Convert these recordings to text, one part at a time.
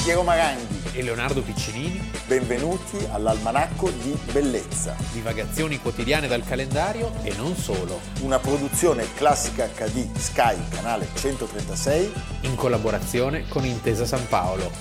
Piero Maranghi e Leonardo Piccinini. Benvenuti all'Almanacco di Bellezza. Divagazioni quotidiane dal calendario e non solo. Una produzione Classica HD Sky, canale 136. In collaborazione con Intesa San Paolo.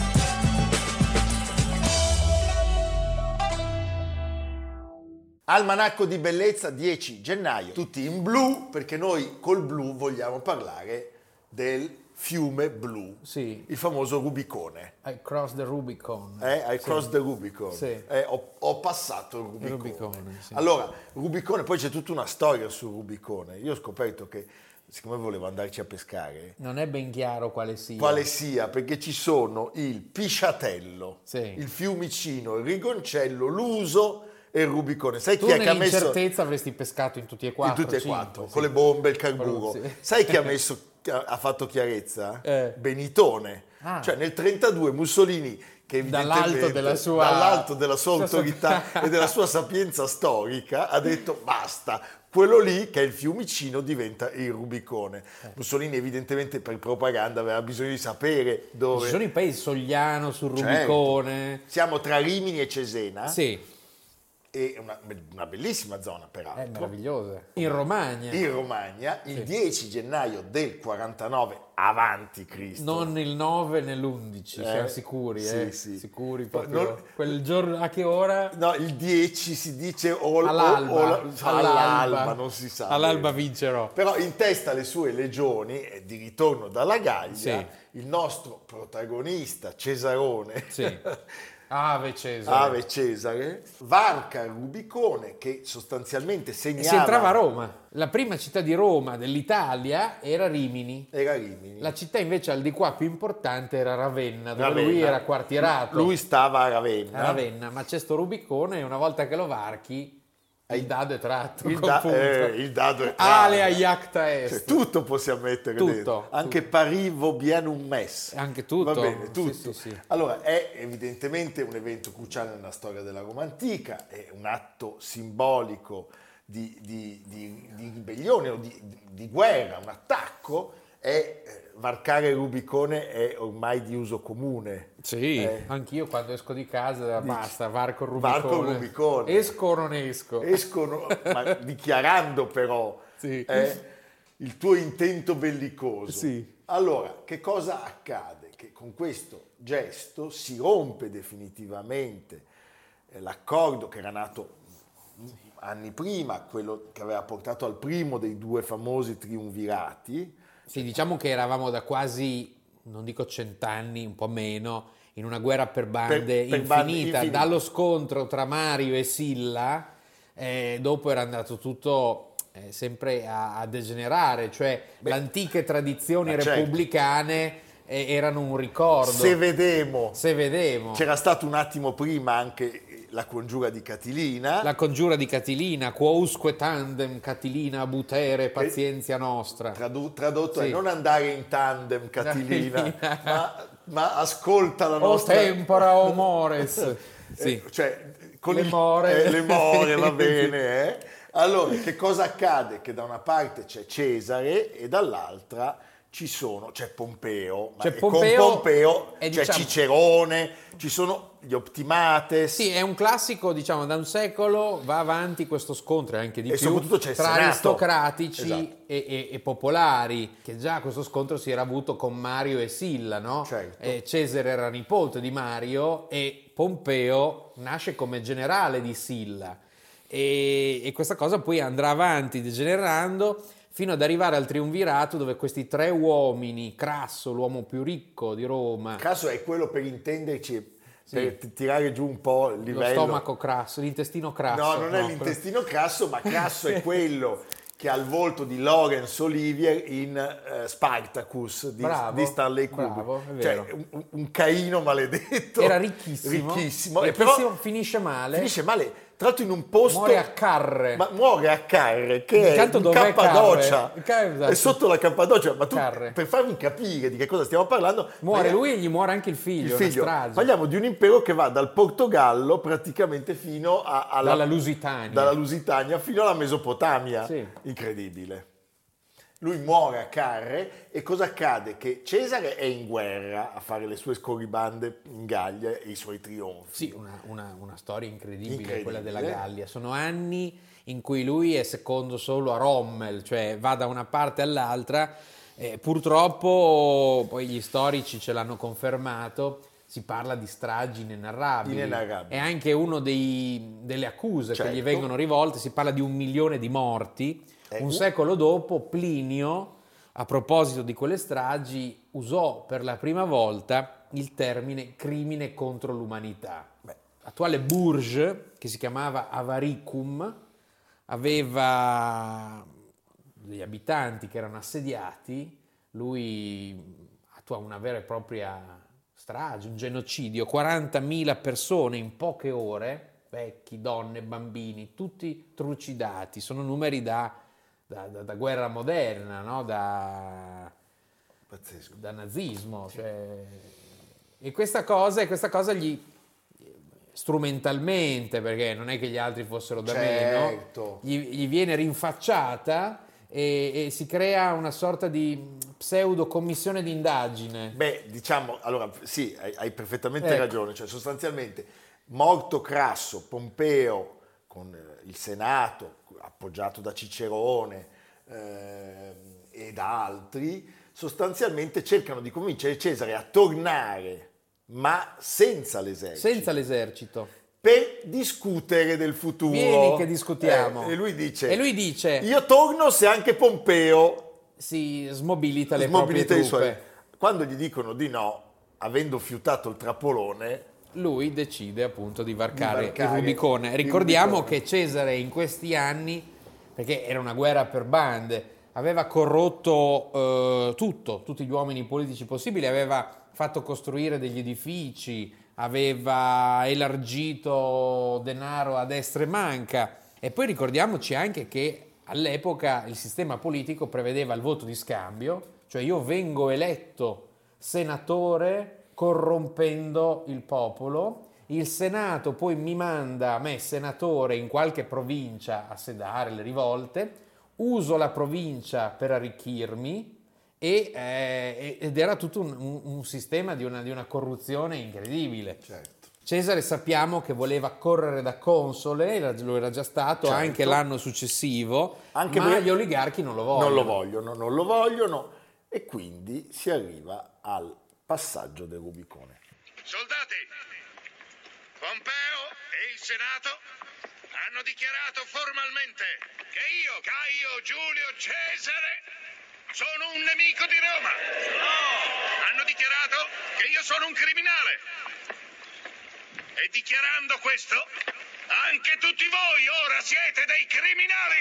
Almanacco di Bellezza, 10 gennaio. Tutti in blu, perché noi col blu vogliamo parlare del fiume blu, Sì. il famoso Rubicone. I crossed the Rubicon. I crossed the Rubicon. Sì. Ho passato il Rubicone. Rubicone, sì. Allora, Rubicone, poi c'è tutta una storia sul Rubicone. Io ho scoperto che, siccome volevo andarci a pescare, Non è ben chiaro quale sia. perché ci sono il Pisciatello, Sì. il Fiumicino, il Rigoncello, l'Uso e il Rubicone. Sai Tu chi è che ha messo nell'incertezza avresti pescato in tutti e quattro. in tutti e 5, quattro, sì. con le bombe, il carburo? Sì. Sai chi ha fatto chiarezza? Benitone. Ah. Cioè nel 32 Mussolini, che Dall'alto dall'alto della sua autorità e della sua sapienza storica, ha detto basta, quello lì che è il Fiumicino diventa il Rubicone. Mussolini evidentemente per propaganda aveva bisogno di sapere dove... Ci sono i paesi Sogliano sul Certo. Rubicone. Siamo tra Rimini e Cesena, Sì, e una bellissima zona è peraltro. meravigliosa. In Romagna. In Romagna, il 10 gennaio del 49 avanti Cristo. Non il 9 né l'11, siamo sicuri, sì, sì. Sicuri proprio. Non- Quel giorno, a che ora? No, il 10 si dice All'alba. all'alba, non si sa. All'alba bene. vincerò. Però in testa alle sue legioni, di ritorno dalla Gallia, Sì. il nostro protagonista Cesarone, Sì. Ave Cesare. Ave Cesare, varca il Rubicone che sostanzialmente E segnava... si entrava a Roma. La prima città di Roma dell'Italia era Rimini. Era Rimini. La città invece al di qua più importante era Ravenna, dove Ravenna. lui era quartierato. Lui stava a Ravenna. A Ravenna, ma c'è sto Rubicone e una volta che lo varchi il dado è tratto. Il, col punto. il dado è Ale tratto. a Iacta Est. Cioè, tutto possiamo mettere Tutto, dentro. Anche Parivo bien un mes. Anche tutto. Va bene, tutto. Sì, sì, sì. Allora, è evidentemente un evento cruciale nella storia della Roma antica, è un atto simbolico di ribellione o di guerra, un attacco. Varcare il Rubicone è ormai di uso comune. Sì, anch'io quando esco di casa basta, varco il Rubicone. Varco il Rubicone. Esco o non esco? Escono, ma dichiarando però Sì. il tuo intento bellicoso. Sì. Allora, che cosa accade? Che con questo gesto si rompe definitivamente l'accordo che era nato anni prima, quello che aveva portato al primo dei due famosi triumvirati. Sì, diciamo che eravamo da quasi, non dico 100 anni, un po' meno, in una guerra per bande Per bande infinita. infinite. Dallo scontro tra Mario e Silla, dopo era andato tutto sempre a degenerare, cioè le antiche tradizioni ma certo. repubblicane erano un ricordo. Se vedemo, C'era stato un attimo prima anche la congiura di Catilina. la congiura di Catilina, quousque tandem Catilina abutere pazienza nostra. Tradotto Sì. è non andare in tandem, Catilina, Catilina. ma ascolta la O nostra... tempora o mores. Sì. Cioè, con Le more. le more, va bene. Allora, che cosa accade? Che da una parte c'è Cesare e dall'altra c'è Pompeo. C'è e con Pompeo Pompeo e c'è diciamo- Cicerone, ci sono gli Optimates. Sì, è un classico, diciamo, da un secolo va avanti questo scontro e anche di E più soprattutto c'è il tra Senato. aristocratici Esatto. e popolari, che già questo scontro si era avuto con Mario e Silla, no? Certo. Cesare era nipote di Mario e Pompeo nasce come generale di Silla e questa cosa poi andrà avanti degenerando fino ad arrivare al triumvirato dove questi tre uomini, Crasso, l'uomo più ricco di Roma, Crasso è quello, per intenderci, per tirare giù un po' il lo livello. stomaco crasso, l'intestino crasso. No, non è l'intestino crasso, ma Crasso è quello che ha il volto di Laurence Olivier in Spartacus di Stanley Kubrick. Bravo, è cioè vero. un Caino maledetto. Era ricchissimo. E Ricchissimo, finisce male. Finisce male. Tra l'altro in un posto... Muore a Carre. Ma muore a Carre, che Intanto è in dov'è Cappadocia. Carre? Esatto. È sotto la Cappadocia. Ma tu, Carre. per farvi capire di che cosa stiamo parlando... Muore lui e gli muore anche il figlio. Una strage. Parliamo di un impero che va dal Portogallo praticamente fino Dalla Lusitania. Dalla Lusitania fino alla Mesopotamia. Sì. Incredibile. lui muore a Carre e cosa accade? Che Cesare è in guerra a fare le sue scorribande in Gallia e i suoi trionfi. Sì, una storia incredibile quella della Gallia. Sono anni in cui lui è secondo solo a Rommel, cioè va da una parte all'altra. Purtroppo poi gli storici ce l'hanno confermato, si parla di stragi inenarrabili. È anche uno delle accuse che gli vengono rivolte, si parla di 1 milione di morti. Un secolo dopo Plinio, a proposito di quelle stragi, usò per la prima volta il termine crimine contro l'umanità. L'attuale Bourges, che si chiamava Avaricum, aveva degli abitanti che erano assediati, lui attuò una vera e propria strage, un genocidio, 40.000 persone in poche ore, vecchi, donne, bambini, tutti trucidati, sono numeri da guerra moderna, no? Pazzesco. Da nazismo, cioè. E questa cosa gli strumentalmente, perché non è che gli altri fossero da meno, gli viene rinfacciata e si crea una sorta di pseudo commissione di indagine. Beh, diciamo, allora sì, hai perfettamente ragione, cioè sostanzialmente morto Crasso, Pompeo con il Senato appoggiato da Cicerone e da altri, sostanzialmente cercano di convincere Cesare a tornare, ma senza l'esercito. Senza l'esercito. Per discutere del futuro. Vieni che discutiamo. E lui dice, io torno se anche Pompeo si smobilita le proprie truppe. Quando gli dicono di no, avendo fiutato il trappolone, lui decide appunto di varcare il Rubicone. Ricordiamo che Cesare in questi anni, perché era una guerra per bande, aveva corrotto tutti gli uomini politici possibili, aveva fatto costruire degli edifici, aveva elargito denaro a destra e manca. E poi ricordiamoci anche che all'epoca il sistema politico prevedeva il voto di scambio, cioè io vengo eletto senatore corrompendo il popolo, il Senato poi mi manda a me senatore in qualche provincia a sedare le rivolte, uso la provincia per arricchirmi ed era tutto un sistema di una corruzione incredibile. Certo. Cesare sappiamo che voleva correre da console, lo era già stato anche l'anno successivo, ma gli oligarchi non lo vogliono. Non lo vogliono e quindi si arriva al passaggio del Rubicone. Soldati, Pompeo e il Senato hanno dichiarato formalmente che io, Caio Giulio Cesare, sono un nemico di Roma. Hanno dichiarato che io sono un criminale. E dichiarando questo, anche tutti voi ora siete dei criminali.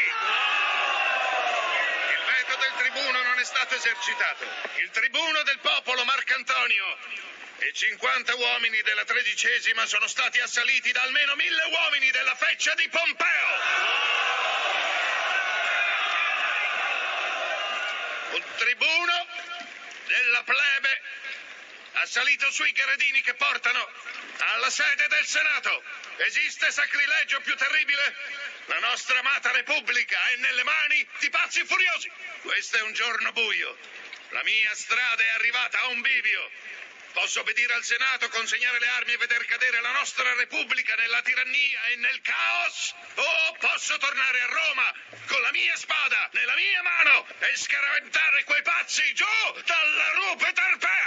Il veto del tribuno non è stato esercitato. Il tribuno del popolo, Marcantonio, e 50 uomini della 13ª sono stati assaliti da almeno 1000 uomini della feccia di Pompeo. Un tribuno della plebe assalito sui gradini che portano alla sede del Senato. Esiste sacrilegio più terribile? La nostra amata Repubblica è nelle mani di pazzi furiosi. Questo è un giorno buio. La mia strada è arrivata a un bivio. Posso obbedire al Senato, consegnare le armi e veder cadere la nostra Repubblica nella tirannia e nel caos? O posso tornare a Roma con la mia spada nella mia mano e scaraventare quei pazzi giù dalla rupe Tarpea?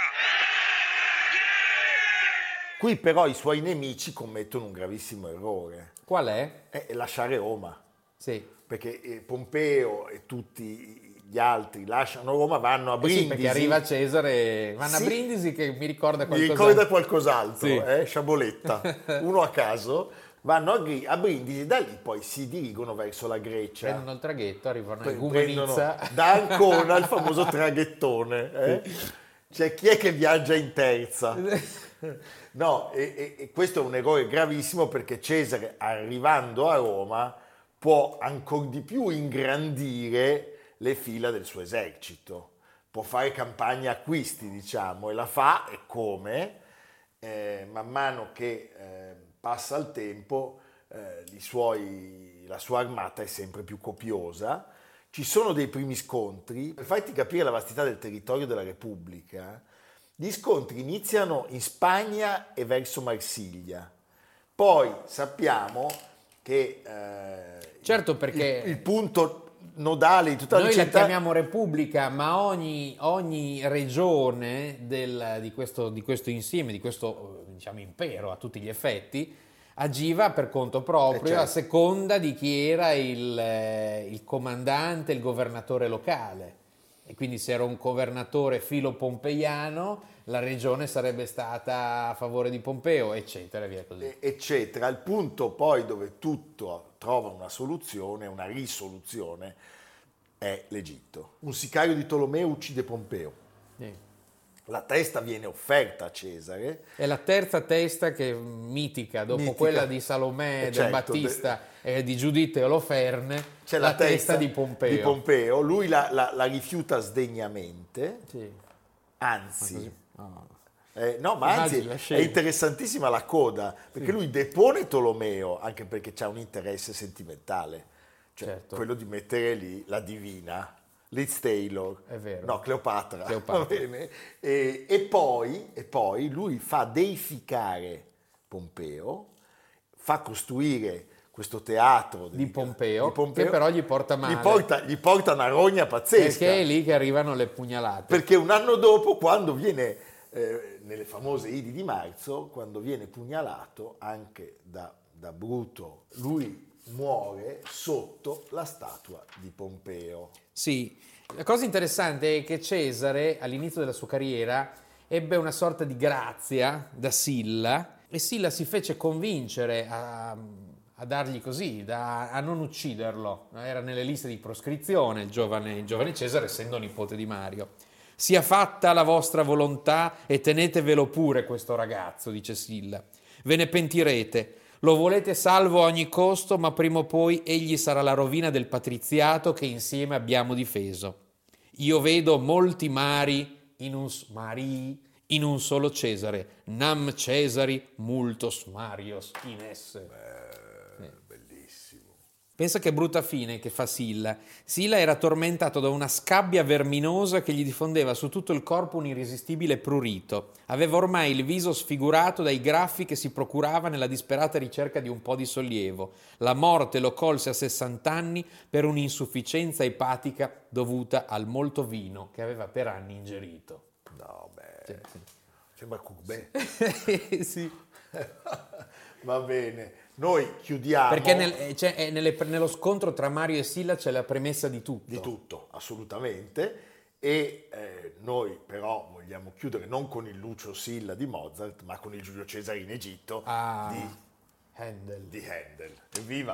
Qui però i suoi nemici commettono un gravissimo errore. Qual è? È lasciare Roma. Sì. Perché Pompeo e tutti gli altri lasciano Roma, vanno a Brindisi. Sì, perché arriva Cesare, vanno a Brindisi che mi ricorda qualcos'altro. Mi ricorda qualcos'altro, sì. Sciaboletta, uno a caso. Vanno a Brindisi, da lì poi si dirigono verso la Grecia. Prendono il traghetto, arrivano a Igoumenitsa. Da Ancona il famoso traghettone. Cioè chi è che viaggia in terza? No, e questo è un errore gravissimo perché Cesare, arrivando a Roma, può ancor di più ingrandire le fila del suo esercito. Può fare campagna acquisti, diciamo, e la fa, e come? Man mano che passa il tempo, la sua armata è sempre più copiosa, ci sono dei primi scontri. Per farti capire la vastità del territorio della Repubblica, gli scontri iniziano in Spagna e verso Marsiglia. Poi sappiamo che certo, perché il punto nodale di tutta noi la la chiamiamo Repubblica, ma ogni regione di questo insieme, di questo diciamo impero a tutti gli effetti, agiva per conto proprio, certo, a seconda di chi era il comandante, il governatore locale. E quindi se era un governatore filo pompeiano, la regione sarebbe stata a favore di Pompeo, eccetera, via così. Eccetera. Il punto poi dove tutto trova una soluzione, una risoluzione, è l'Egitto. Un sicario di Tolomeo uccide Pompeo. Sì. La testa viene offerta a Cesare. È la terza testa che mitica, dopo quella di Salomè, del certo, Battista e di Giuditta e Oloferne, c'è la testa di Pompeo. Lui la rifiuta sdegnamente, Sì. anzi... No. anzi è interessantissima la coda, perché lui depone Tolomeo, anche perché c'ha un interesse sentimentale, cioè certo, quello di mettere lì la divina, Liz Taylor, è vero. No, Cleopatra. Va bene? E poi lui fa deificare Pompeo, fa costruire questo teatro di Pompeo, che però gli porta male. Gli porta una rogna pazzesca. Perché è lì che arrivano le pugnalate. Perché un anno dopo, quando viene, nelle famose Idi di marzo, quando viene pugnalato anche da Bruto, lui muore sotto la statua di Pompeo. Sì, la cosa interessante è che Cesare all'inizio della sua carriera ebbe una sorta di grazia da Silla, e Silla si fece convincere a dargli così, a non ucciderlo. Era nelle liste di proscrizione il giovane Cesare, essendo nipote di Mario. Sia fatta la vostra volontà e tenetevelo pure questo ragazzo, dice Silla. Ve ne pentirete. Lo volete salvo a ogni costo, ma prima o poi egli sarà la rovina del patriziato che insieme abbiamo difeso. Io vedo molti mari in un solo Cesare, nam Cesari multos Marios in esse. Bellissimo. Pensa che brutta fine che fa Silla. Silla era tormentato da una scabbia verminosa che gli diffondeva su tutto il corpo un irresistibile prurito. Aveva ormai il viso sfigurato dai graffi che si procurava nella disperata ricerca di un po' di sollievo. La morte lo colse a 60 anni per un'insufficienza epatica dovuta al molto vino che aveva per anni ingerito. No, beh, sì. Sembra Courbet. Sì. Va bene, noi chiudiamo. Perché nello scontro tra Mario e Silla c'è la premessa di tutto. Di tutto, assolutamente. E noi però vogliamo chiudere non con il Lucio Silla di Mozart, ma con il Giulio Cesare in Egitto di Handel. Evviva!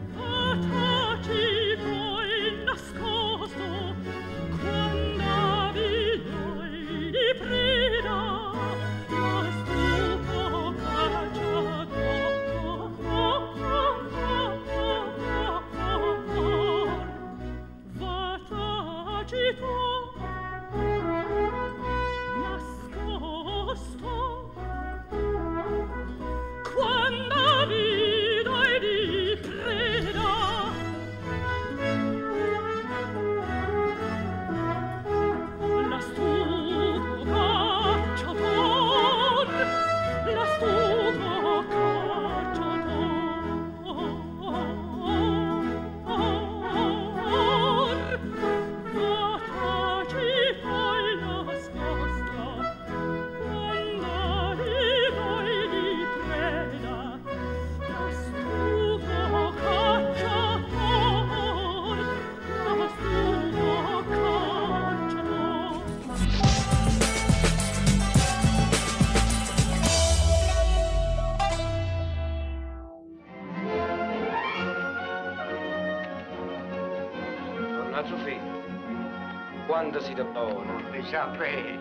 Quando si buono, non mi sapete.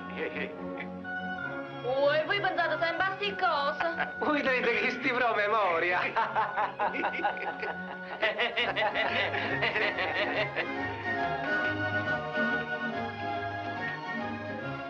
Voi pensate sempre a sti cose? Voi dite che sti pro memoria.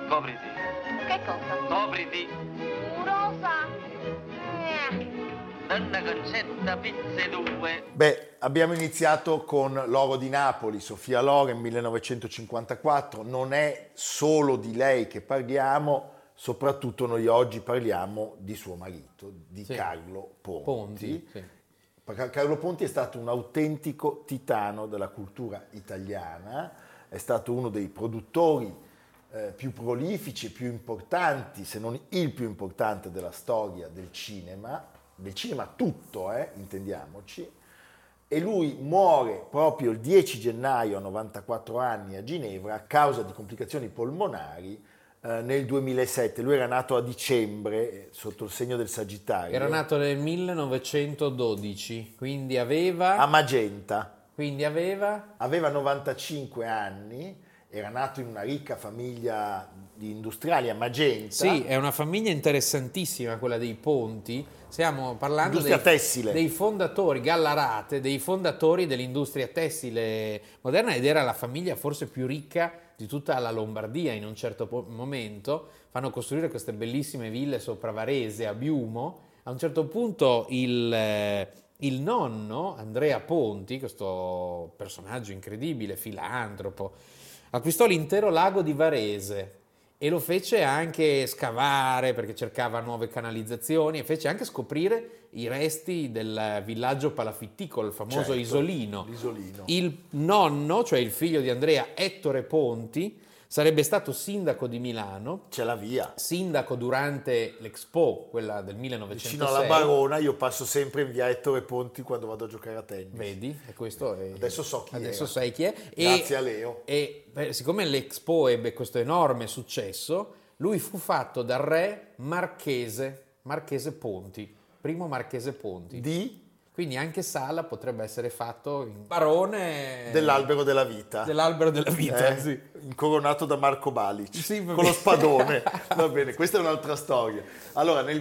Copriti. Che cosa? Copriti. Rosa. Donna Concetta, pizze 2. Beh, abbiamo iniziato con l'oro di Napoli, Sofia Loren, 1954. Non è solo di lei che parliamo, soprattutto noi oggi parliamo di suo marito, di Carlo Ponti. Sì. Carlo Ponti è stato un autentico titano della cultura italiana, è stato uno dei produttori più prolifici e più importanti, se non il più importante della storia del cinema tutto, intendiamoci, e lui muore proprio il 10 gennaio a 94 anni a Ginevra a causa di complicazioni polmonari nel 2007. Lui era nato a dicembre sotto il segno del Sagittario. Era nato nel 1912, quindi aveva... A Magenta. Quindi aveva 95 anni, era nato in una ricca famiglia di industriali a Magenta. Sì, è una famiglia interessantissima quella dei Ponti. Stiamo parlando Industria tessile. dei fondatori, Gallarate, dei fondatori dell'industria tessile moderna, ed era la famiglia forse più ricca di tutta la Lombardia in un certo momento. Fanno costruire queste bellissime ville sopra Varese, a Biumo. A un certo punto il nonno, Andrea Ponti, questo personaggio incredibile, filantropo, acquistò l'intero lago di Varese e lo fece anche scavare perché cercava nuove canalizzazioni, e fece anche scoprire i resti del villaggio palafitticolo, il famoso Isolino. L'isolino. Il nonno, cioè il figlio di Andrea, Ettore Ponti, sarebbe stato sindaco di Milano, C'è la via. sindaco durante l'Expo, quella del Vicino 1906. alla Barona, io passo sempre in via Ettore Ponti quando vado a giocare a tennis. Vedi? E questo è... Adesso so chi Adesso era. sai chi è. Grazie a Leo. E siccome l'Expo ebbe questo enorme successo, lui fu fatto dal re Marchese Ponti, primo Marchese Ponti. Quindi anche Sala potrebbe essere fatto in barone Dell'albero della vita. dell'albero della vita, sì. Incoronato da Marco Balic, Sì, va con bene. lo spadone. Va bene, questa è un'altra storia. Allora, nel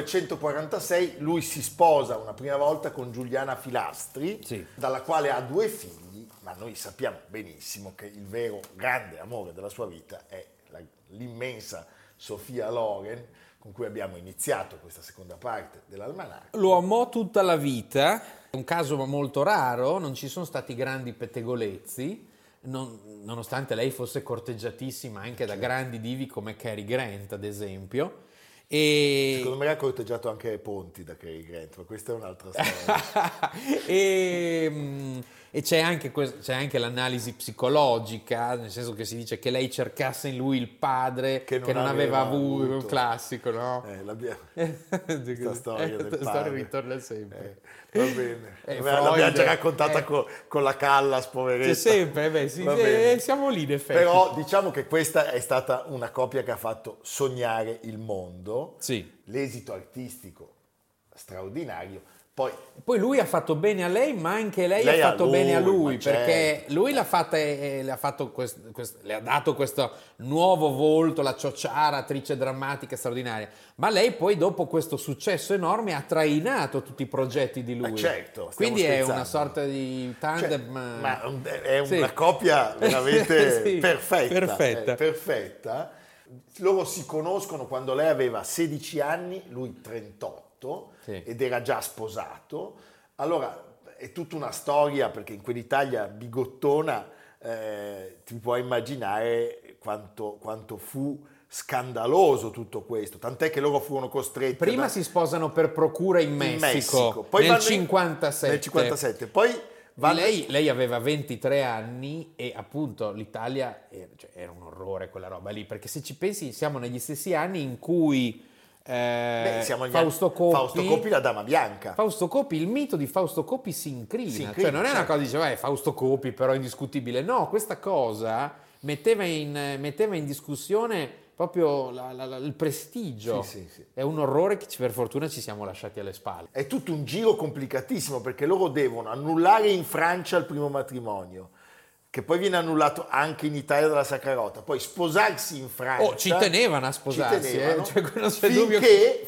1946 lui si sposa una prima volta con Giuliana Filastri, Sì. dalla quale ha 2 figli, ma noi sappiamo benissimo che il vero grande amore della sua vita è l'immensa Sofia Loren, con cui abbiamo iniziato questa seconda parte dell'almanacco. Lo amò tutta la vita, è un caso molto raro, non ci sono stati grandi pettegolezzi, nonostante lei fosse corteggiatissima anche da grandi divi come Cary Grant, ad esempio. Secondo me ha corteggiato anche Ponti da Cary Grant, ma questa è un'altra storia. E c'è anche l'analisi psicologica, nel senso che si dice che lei cercasse in lui il padre che non aveva avuto, un classico, no? Questa storia del Questa padre. storia ritorna sempre. Va bene. Freud, L'abbiamo già raccontata con la Callas, poveretta. C'è sempre, Va bene. siamo lì in effetti. Però diciamo che questa è stata una coppia che ha fatto sognare il mondo. Sì. L'esito artistico straordinario. Poi lui ha fatto bene a lei, ma anche lei Lei ha a fatto lui, bene a lui, ma perché certo, lui le ha dato questo nuovo volto, la ciociara, attrice drammatica straordinaria, ma lei poi dopo questo successo enorme ha trainato tutti i progetti di lui. Certo, stiamo quindi è scherzando. una sorta di tandem. Ma è una Sì. coppia veramente Sì, perfetta. Perfetta. Loro si conoscono quando lei aveva 16 anni, lui 38. Sì. Ed era già sposato. Allora è tutta una storia, perché in quell'Italia bigottona ti puoi immaginare quanto fu scandaloso tutto questo, tant'è che loro furono costretti Prima si sposano per procura in Messico, Poi nel vanno 57. Nel 57. Poi Lei aveva 23 anni e appunto l'Italia era un orrore quella roba lì, perché se ci pensi siamo negli stessi anni in cui siamo agli Fausto Coppi, la Dama Bianca. Fausto Coppi, il mito di Fausto Coppi si incrina, cioè non è una certo. cosa, dice Fausto Coppi però è indiscutibile, no, questa cosa metteva in discussione proprio il prestigio. Sì. È un orrore che per fortuna ci siamo lasciati alle spalle. È tutto un giro complicatissimo, perché loro devono annullare in Francia il primo matrimonio, che poi viene annullato anche in Italia dalla Sacra Rota, poi sposarsi in Francia. Ci tenevano a sposarsi, cioè, non c'è dubbio finché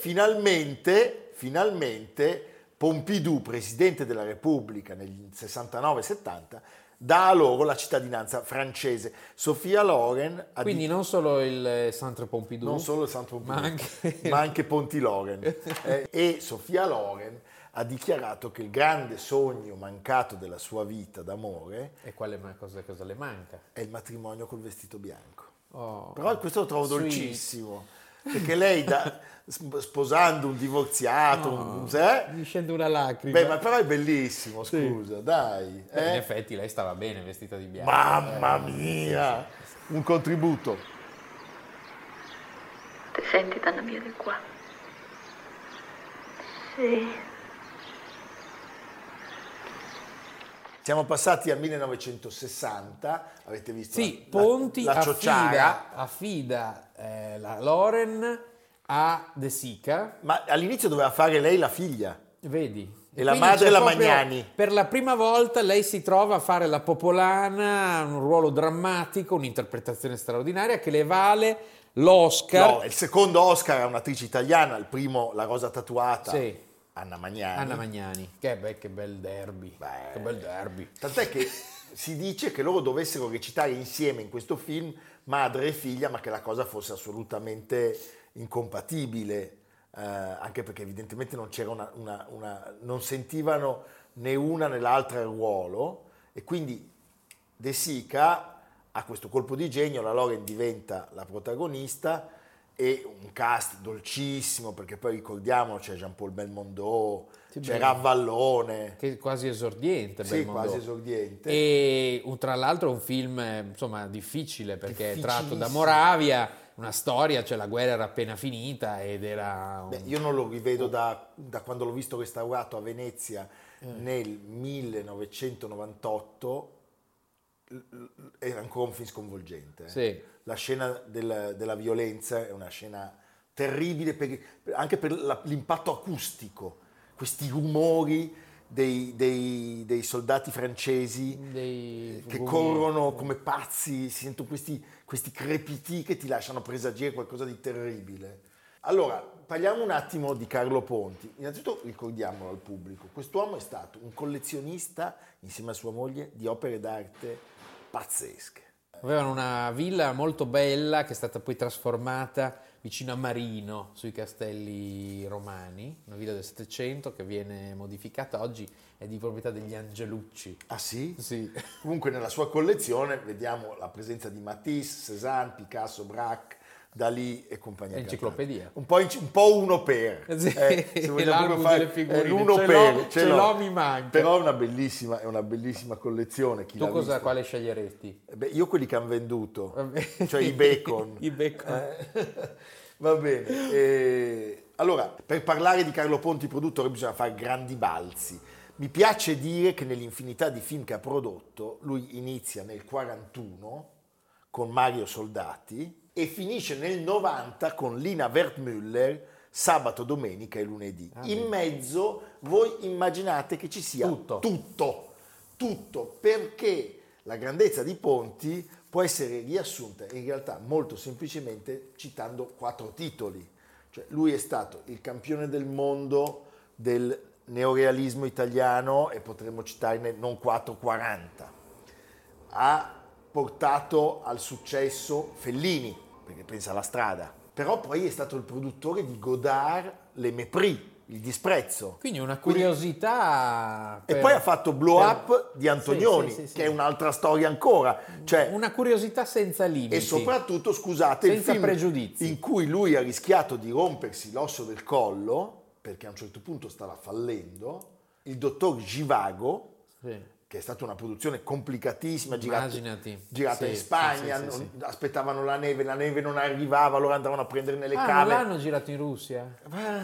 finalmente Pompidou, presidente della Repubblica nel 69-70, dà a loro la cittadinanza francese. Sofia Loren ha Quindi non solo il Centre Pompidou, non solo il Centre Pompidou, ma anche ma anche Ponti Loren. E Sofia Loren ha dichiarato che il grande sogno mancato della sua vita d'amore E cosa le manca? è il matrimonio col vestito bianco. Oh, Però questo lo trovo sweet. dolcissimo, perché lei sposando un divorziato, Mi scende una lacrima. beh, ma però è bellissimo, scusa, dai. In effetti lei stava bene vestita di bianco. Mamma mia! Un contributo. Ti senti dalla via di qua? Sì. Siamo passati al 1960, avete visto Sì, la Ponti ciociara. affida la Loren a De Sica, Ma all'inizio doveva fare lei la figlia. vedi? E la quindi madre c'è la proprio- Magnani. Per la prima volta lei si trova a fare la popolana, un ruolo drammatico, un'interpretazione straordinaria che le vale l'Oscar. No, il secondo Oscar a un'attrice italiana, il primo La rosa tatuata, Sì. Anna Magnani. Anna Magnani, che bel derby. Beh. Che bel derby. Tant'è che si dice che loro dovessero recitare insieme in questo film madre e figlia, ma che la cosa fosse assolutamente incompatibile, anche perché evidentemente non c'era non sentivano né una né l'altra il ruolo, e quindi De Sica ha questo colpo di genio, la Loren diventa la protagonista e un cast dolcissimo, perché poi ricordiamo c'è Jean-Paul Belmondo, Sì, c'è beh. Ravallone, Che è quasi esordiente. sì, Belmondo. quasi esordiente. E tra l'altro è un film insomma difficile perché è tratto da Difficilissimo. Moravia, una storia, cioè la guerra era appena finita ed era Beh, io non lo rivedo da quando l'ho visto restaurato a Venezia nel 1998, era ancora un film sconvolgente. Sì. La scena della violenza è una scena terribile anche per l'impatto acustico, questi rumori dei soldati francesi dei che gumi. corrono come pazzi, si sentono questi crepiti che ti lasciano presagire qualcosa di terribile. Allora, parliamo un attimo di Carlo Ponti. Innanzitutto ricordiamolo al pubblico, quest'uomo è stato un collezionista, insieme a sua moglie, di opere d'arte pazzesche. Avevano una villa molto bella che è stata poi trasformata vicino a Marino, sui Castelli Romani, una villa del Settecento che viene modificata, oggi è di proprietà degli Angelucci. Ah sì? Sì. Comunque nella sua collezione vediamo la presenza di Matisse, Cézanne, Picasso, Braque, Dalì e compagnia. Enciclopedia. cantante. Un po' uno per. Sì, se vogliamo l'album proprio delle figurine. l'uno Ce per. l'ho, ce l'ho, mi manca. Però è una bellissima collezione. Chi Tu l'ha vista? quale sceglieresti? Beh, io quelli che hanno venduto, Vabbè. cioè i bacon. I bacon. Va bene. Allora, per parlare di Carlo Ponti produttore bisogna fare grandi balzi. Mi piace dire che nell'infinità di film che ha prodotto, lui inizia nel 41 con Mario Soldati e finisce nel 90 con Lina Wertmüller, Sabato, Domenica e Lunedì. In mezzo voi immaginate che ci sia tutto, perché la grandezza di Ponti può essere riassunta in realtà molto semplicemente citando 4 titoli. Cioè, lui è stato il campione del mondo del neorealismo italiano e potremmo citarne non 4, 40. Ha portato al successo Fellini, perché pensa alla strada. Però poi è stato il produttore di Godard, Le Mépris, Il disprezzo. Quindi una curiosità. E poi ha fatto Blow Up di Antonioni, sì, sì. che è un'altra storia ancora. Cioè, Una curiosità senza limiti. e soprattutto, scusate, il Senza film pregiudizi. in cui lui ha rischiato di rompersi l'osso del collo, perché a un certo punto stava fallendo, il dottor Givago, Sì. che è stata una produzione complicatissima, Immaginati. girata Sì, in Spagna, sì, sì. aspettavano la neve non arrivava, allora andavano a prenderne le Non cave. l'hanno girato in Russia?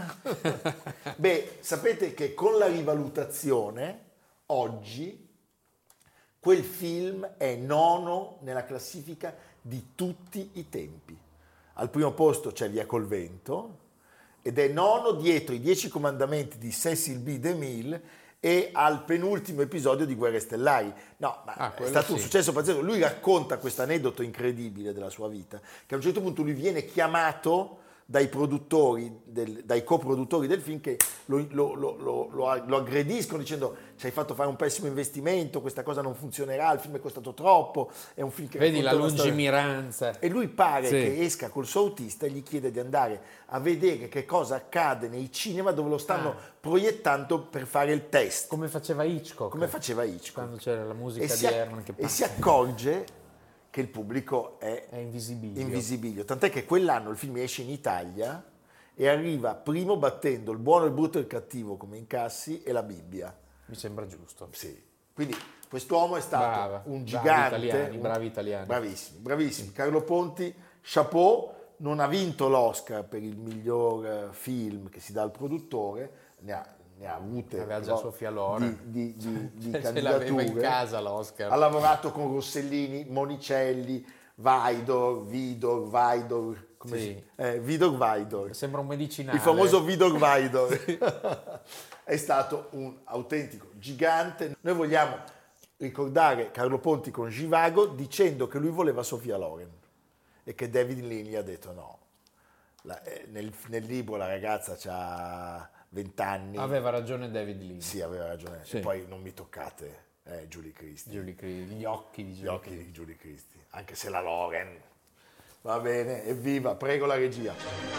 Beh, sapete che con la rivalutazione, oggi, quel film è nono nella classifica di tutti i tempi. Al primo posto c'è Via col vento, ed è nono dietro i 10 comandamenti di Cecil B. DeMille e al penultimo episodio di Guerre Stellari. No, ma è quello stato un sì. successo pazzesco. Lui racconta questo aneddoto incredibile della sua vita, che a un certo punto lui viene chiamato dai produttori, dai coproduttori del film che lo aggrediscono dicendo ci hai fatto fare un pessimo investimento, questa cosa non funzionerà, il film è costato troppo, è un film che vedi la racconta una storia. lungimiranza. E lui pare Sì. che esca col suo autista e gli chiede di andare a vedere che cosa accade nei cinema dove lo stanno proiettando per fare il test. Come faceva Hitchcock. Come faceva Hitchcock. Quando c'era la musica E di Herman che si accorge che il pubblico è invisibilio. invisibilio. Tant'è che quell'anno il film esce in Italia e arriva primo battendo Il buono, il brutto e il cattivo come incassi e La Bibbia. Mi sembra giusto. Sì. Quindi quest'uomo è stato un bravi gigante. italiani, bravi italiani. Bravissimi, bravissimi. Carlo Ponti, chapeau, non ha vinto l'Oscar per il miglior film che si dà al produttore, ne ha avute Aveva già Sofia Loren. di Ce l'aveva in candidature. casa l'Oscar. Ha lavorato con Rossellini, Monicelli, Vidor, come Sì. Vidor. Sembra un medicinale. Il famoso Vidor. È stato un autentico gigante. Noi vogliamo ricordare Carlo Ponti con Givago dicendo che lui voleva Sofia Loren e che David Lean gli ha detto no. Nel libro la ragazza ha 20 anni. Aveva ragione David Lean. Sì, aveva ragione. Sì. E poi non mi toccate Julie Christie. Gli occhi di Gli Julie occhi Christie. di Julie Christie. Anche se la Loren. Va bene, evviva, prego la regia.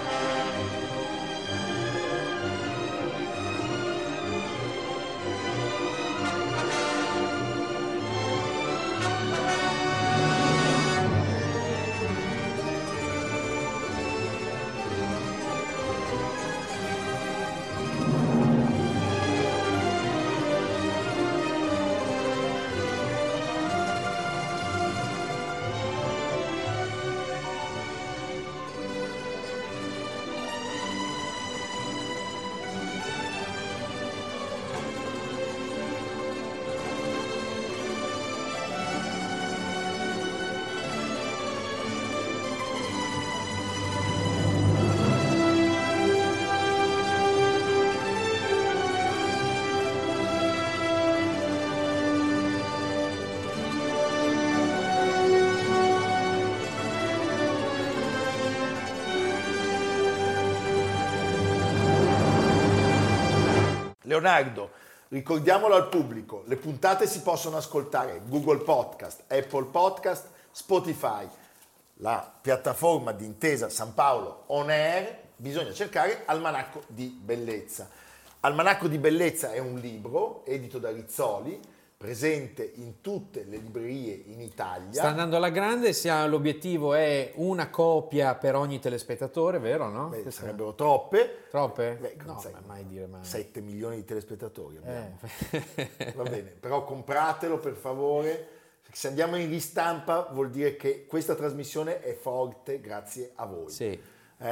Leonardo, ricordiamolo al pubblico, le puntate si possono ascoltare Google Podcast, Apple Podcast, Spotify, la piattaforma di Intesa San Paolo On Air, bisogna cercare Almanacco di Bellezza. Almanacco di Bellezza è un libro edito da Rizzoli, presente in tutte le librerie in Italia. Sta andando alla grande, l'obiettivo è una copia per ogni telespettatore, vero, no? Beh, sarebbero troppe. Troppe? Beh, No, mai dire mai. 7 milioni di telespettatori abbiamo. Va bene, però compratelo per favore. Se andiamo in ristampa vuol dire che questa trasmissione è forte grazie a voi. Sì.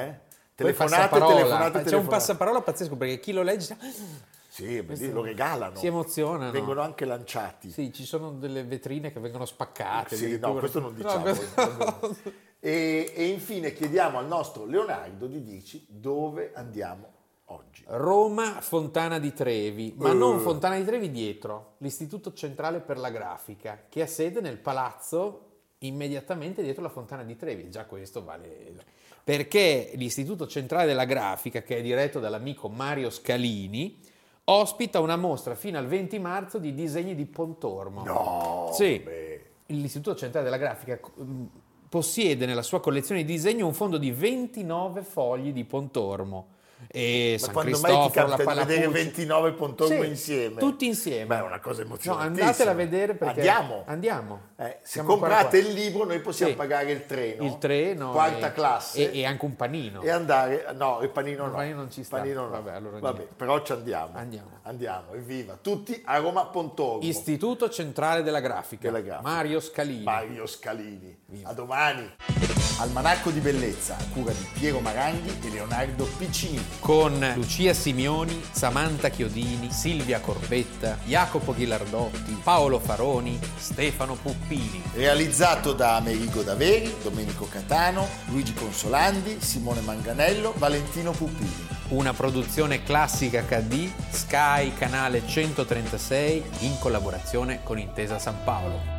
Telefonate. C'è un passaparola pazzesco perché chi lo legge Sì, lo regalano. si emozionano. Vengono anche lanciati. Sì, ci sono delle vetrine che vengono spaccate. Sì, addirittura. no, questo non diciamo. No, E infine chiediamo al nostro Leonardo di dirci dove andiamo oggi. Roma, Fontana di Trevi, ma non Fontana di Trevi dietro, l'Istituto Centrale per la Grafica, che ha sede nel palazzo immediatamente dietro la Fontana di Trevi. Già questo vale... Perché l'Istituto Centrale della Grafica, che è diretto dall'amico Mario Scalini, ospita una mostra fino al 20 marzo di disegni di Pontormo. No! Sì, Beh. l'Istituto Centrale della Grafica possiede nella sua collezione di disegni un fondo di 29 fogli di Pontormo. E Ma San quando mai ti Cristoforo, la capita di vedere Palapucci. 29 Pontormo Sì, insieme? tutti insieme. Beh, è una cosa No, emozionantissima. andatela a vedere perché... Andiamo. Se Siamo ancora comprate qua. il libro noi possiamo Sì. pagare il treno. Il treno quarta classe. e anche un panino. E andare... No, il panino no. Il panino non ci sta. Panino no. Vabbè, allora Vabbè, niente. però ci andiamo. Andiamo. Evviva. Tutti a Roma Pontormo. Istituto Centrale della Grafica. Della Grafica. Mario Scalini. Mario Scalini. A domani. Almanacco di Bellezza, a cura di Piero Maranghi e Leonardo Piccini. Con Lucia Simioni, Samantha Chiodini, Silvia Corbetta, Jacopo Ghilardotti, Paolo Faroni, Stefano Puppini. Realizzato da Amerigo Daveri, Domenico Catano, Luigi Consolandi, Simone Manganello, Valentino Puppini. Una produzione Classica HD, Sky Canale 136, in collaborazione con Intesa San Paolo.